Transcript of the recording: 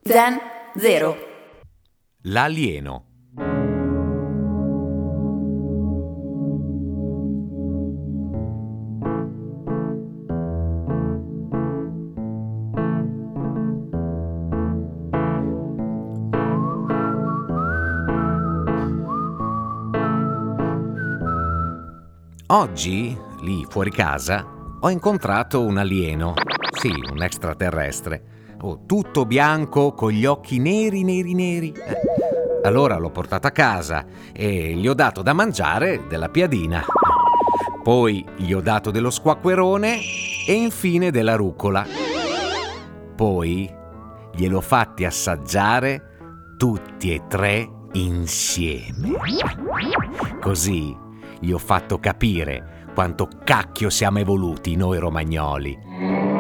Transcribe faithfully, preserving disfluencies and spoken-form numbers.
Zen Zero. L'alieno. Oggi, lì fuori casa, ho incontrato un alieno, sì, un extraterrestre, oh, tutto bianco con gli occhi neri, neri, neri. Eh, Allora l'ho portato a casa e gli ho dato da mangiare della piadina. Poi gli ho dato dello squacquerone e infine della rucola. Poi gliel'ho fatti assaggiare tutti e tre insieme. Così gli ho fatto capire quanto cacchio siamo evoluti noi romagnoli.